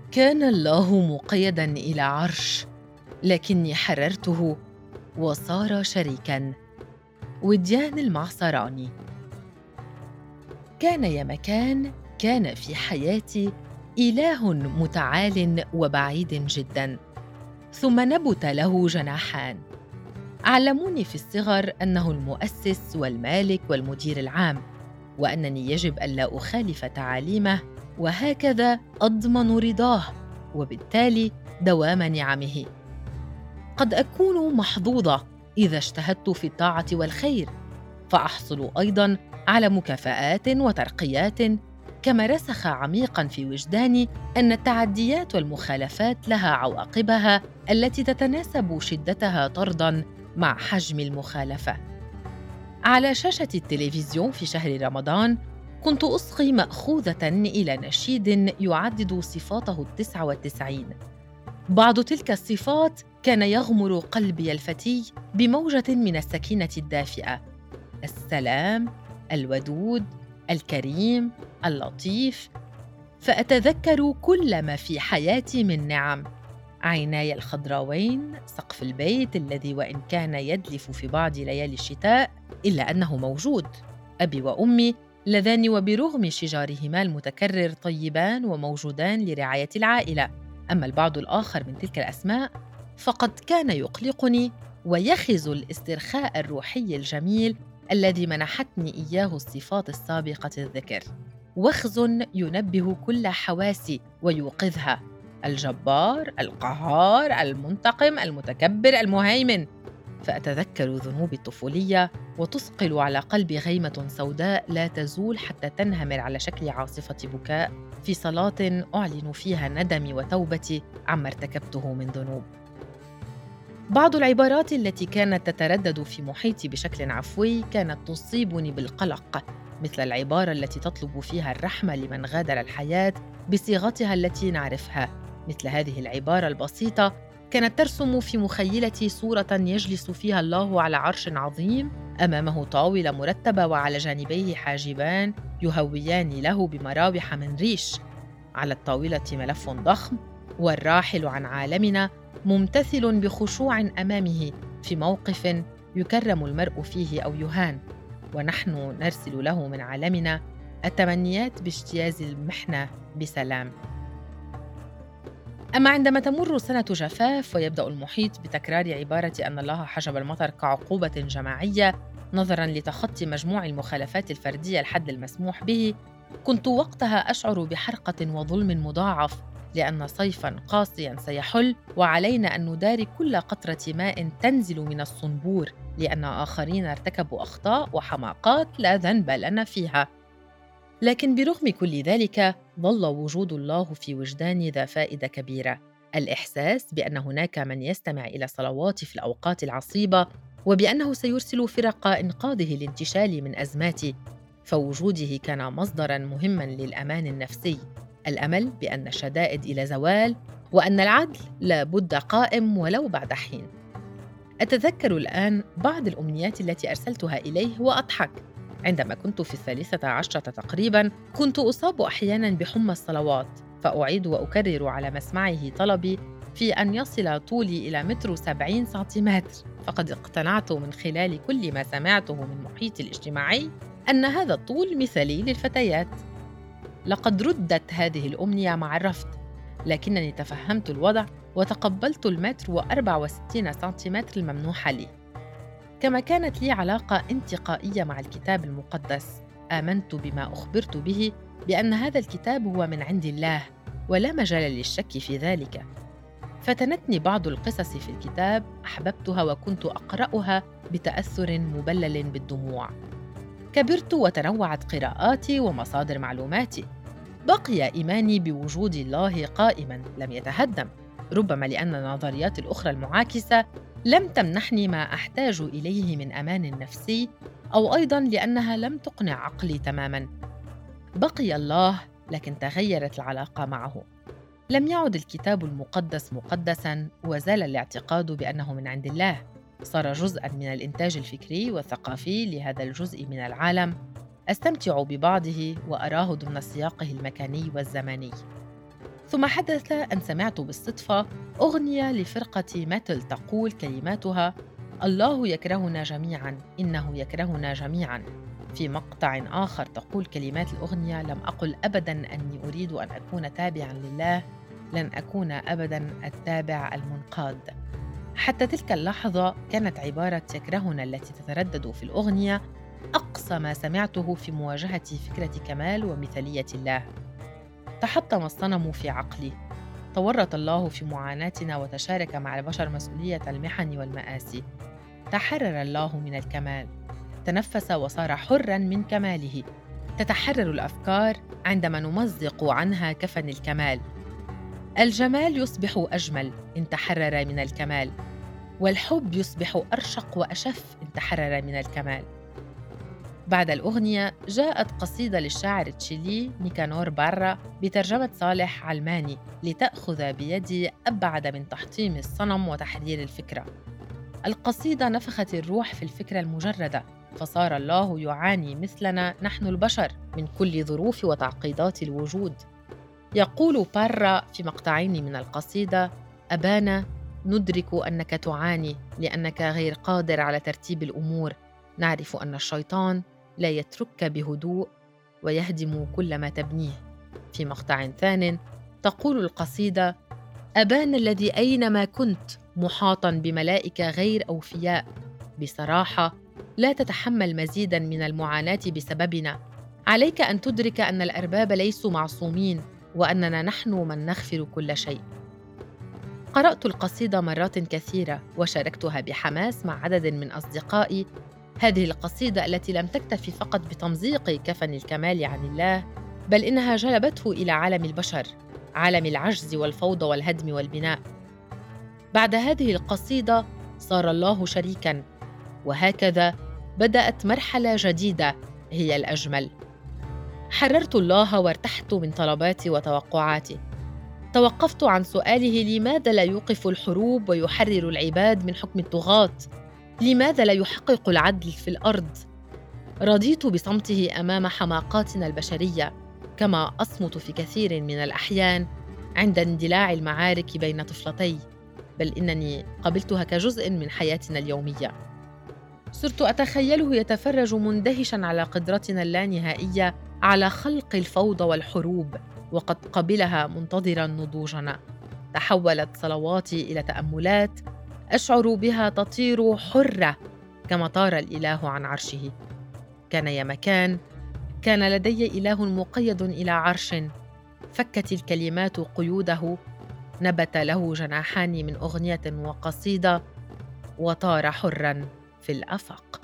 كان الله مقيداً إلى عرش، لكني حررته وصار شريكاً. وديان المعصراني. كان يا مكان، كان في حياتي إله متعال وبعيد جداً، ثم نبت له جناحان. علموني في الصغر أنه المؤسس والمالك والمدير العام، وأنني يجب ألا أخالف تعاليمه، وهكذا أضمن رضاه وبالتالي دوام نعمه. قد أكون محظوظة إذا اجتهدت في الطاعة والخير، فأحصل أيضاً على مكافآت وترقيات، كما رسخ عميقاً في وجداني أن التعديات والمخالفات لها عواقبها التي تتناسب شدتها طرداً مع حجم المخالفة. على شاشة التلفزيون في شهر رمضان كنت أصغي مأخوذة إلى نشيد يعدد صفاته 99. بعض تلك الصفات كان يغمر قلبي الفتي بموجة من السكينة الدافئة: السلام، الودود، الكريم، اللطيف. فأتذكر كل ما في حياتي من نعم: عيناي الخضراوين، سقف البيت الذي وإن كان يدلف في بعض ليالي الشتاء إلا أنه موجود، أبي وأمي اللذان وبرغم شجارهما المتكرر طيبان وموجودان لرعاية العائلة. أما البعض الآخر من تلك الأسماء فقد كان يقلقني ويخز الاسترخاء الروحي الجميل الذي منحتني إياه الصفات السابقة الذكر. وخز ينبه كل حواسي ويوقظها: الجبار، القهار، المنتقم، المتكبر، المهيمن. فأتذكر ذنوبي الطفولية وتثقل على قلبي غيمة سوداء لا تزول حتى تنهمر على شكل عاصفة بكاء في صلاة أعلن فيها ندمي وتوبتي عما ارتكبته من ذنوب. بعض العبارات التي كانت تتردد في محيطي بشكل عفوي كانت تصيبني بالقلق، مثل العبارة التي تطلب فيها الرحمة لمن غادر الحياة بصيغتها التي نعرفها. مثل هذه العبارة البسيطة كانت ترسم في مخيلتي صورة يجلس فيها الله على عرش عظيم، أمامه طاولة مرتبة وعلى جانبيه حاجبان يهويان له بمراوح من ريش. على الطاولة ملف ضخم، والراحل عن عالمنا ممتثل بخشوع أمامه في موقف يكرم المرء فيه أو يهان، ونحن نرسل له من عالمنا التمنيات باجتياز المحنة بسلام. أما عندما تمر سنة جفاف ويبدأ المحيط بتكرار عبارة أن الله حجب المطر كعقوبة جماعية نظراً لتخطي مجموع المخالفات الفردية الحد المسموح به، كنت وقتها أشعر بحرقة وظلم مضاعف، لأن صيفاً قاسياً سيحل وعلينا أن نداري كل قطرة ماء تنزل من الصنبور، لأن آخرين ارتكبوا أخطاء وحماقات لا ذنب لنا فيها. لكن برغم كل ذلك ظل وجود الله في وجداني ذا فائدة كبيرة: الإحساس بأن هناك من يستمع إلى صلواتي في الأوقات العصيبة، وبأنه سيرسل فرق إنقاذه لانتشالي من أزماتي. فوجوده كان مصدراً مهماً للأمان النفسي، الأمل بأن الشدائد إلى زوال، وأن العدل لا بد قائم ولو بعد حين. أتذكر الآن بعض الأمنيات التي أرسلتها إليه وأضحك. عندما كنت في 13 تقريباً كنت أصاب أحياناً بحمى الصلوات، فأعيد وأكرر على مسمعه طلبي في أن يصل طولي إلى 1.70 سنتيمتر، فقد اقتنعت من خلال كل ما سمعته من محيطي الاجتماعي أن هذا الطول مثالي للفتيات. لقد ردت هذه الأمنية مع الرفض، لكنني تفهمت الوضع وتقبلت 1.64 سنتيمتر الممنوح لي. كما كانت لي علاقة انتقائية مع الكتاب المقدس، آمنت بما أخبرت به بأن هذا الكتاب هو من عند الله ولا مجال للشك في ذلك. فتنتني بعض القصص في الكتاب، أحببتها وكنت أقرأها بتأثر مبلل بالدموع. كبرت وتنوعت قراءاتي ومصادر معلوماتي. بقي إيماني بوجود الله قائماً لم يتهدم، ربما لأن النظريات الأخرى المعاكسة لم تمنحني ما أحتاج إليه من أمان نفسي، أو أيضاً لأنها لم تقنع عقلي تماماً. بقي الله، لكن تغيرت العلاقة معه. لم يعد الكتاب المقدس مقدساً، وزال الاعتقاد بأنه من عند الله. صار جزءاً من الإنتاج الفكري والثقافي لهذا الجزء من العالم، أستمتع ببعضه وأراه ضمن سياقه المكاني والزمني. ثم حدث أن سمعت بالصدفة أغنية لفرقة ميتل تقول كلماتها: الله يكرهنا جميعاً، إنه يكرهنا جميعاً. في مقطع آخر تقول كلمات الأغنية: لم أقل أبداً أني أريد أن أكون تابعاً لله، لن أكون أبداً التابع المنقاد. حتى تلك اللحظة كانت عبارة يكرهنا التي تتردد في الأغنية أقصى ما سمعته في مواجهة فكرة كمال ومثالية الله. تحطم الصنم في عقلي، تورط الله في معاناتنا وتشارك مع البشر مسؤولية المحن والمآسي. تحرر الله من الكمال، تنفس وصار حراً من كماله. تتحرر الأفكار عندما نمزق عنها كفن الكمال. الجمال يصبح أجمل إن تحرر من الكمال، والحب يصبح أرشق وأشف إن تحرر من الكمال. بعد الأغنية جاءت قصيدة للشاعر التشيلي نيكانور بارا بترجمة صالح علماني لتأخذ بيدي أبعد من تحطيم الصنم وتحرير الفكرة. القصيدة نفخت الروح في الفكرة المجردة، فصار الله يعاني مثلنا نحن البشر من كل ظروف وتعقيدات الوجود. يقول بارا في مقطعين من القصيدة: أبانا، ندرك أنك تعاني لأنك غير قادر على ترتيب الأمور. نعرف أن الشيطان لا يتركك بهدوء ويهدم كل ما تبنيه. في مقطع ثان تقول القصيدة: أبانا الذي أينما كنت محاطاً بملائكة غير أوفياء، بصراحة لا تتحمل مزيداً من المعاناة بسببنا. عليك أن تدرك أن الأرباب ليسوا معصومين، وأننا نحن من نغفر كل شيء. قرأت القصيدة مرات كثيرة وشاركتها بحماس مع عدد من أصدقائي. هذه القصيدة التي لم تكتفي فقط بتمزيق كفن الكمال عن الله، بل إنها جلبته إلى عالم البشر، عالم العجز والفوضى والهدم والبناء. بعد هذه القصيدة صار الله شريكاً، وهكذا بدأت مرحلة جديدة هي الأجمل. حررت الله وارتحت من طلباتي وتوقعاتي. توقفت عن سؤاله لماذا لا يوقف الحروب ويحرر العباد من حكم الطغاة؟ لماذا لا يحقق العدل في الأرض؟ رضيت بصمته أمام حماقاتنا البشرية، كما أصمت في كثير من الأحيان عند اندلاع المعارك بين طفلتي، بل إنني قبلتها كجزء من حياتنا اليومية. صرت أتخيله يتفرج مندهشاً على قدرتنا اللانهائية على خلق الفوضى والحروب، وقد قبلها منتظراً نضوجنا. تحولت صلواتي إلى تأملات أشعر بها تطير حرة كما طار الإله عن عرشه. كان يا مكان، كان لدي إله مقيد إلى عرش، فكت الكلمات قيوده، نبت له جناحان من أغنية وقصيدة، وطار حراً في الآفاق.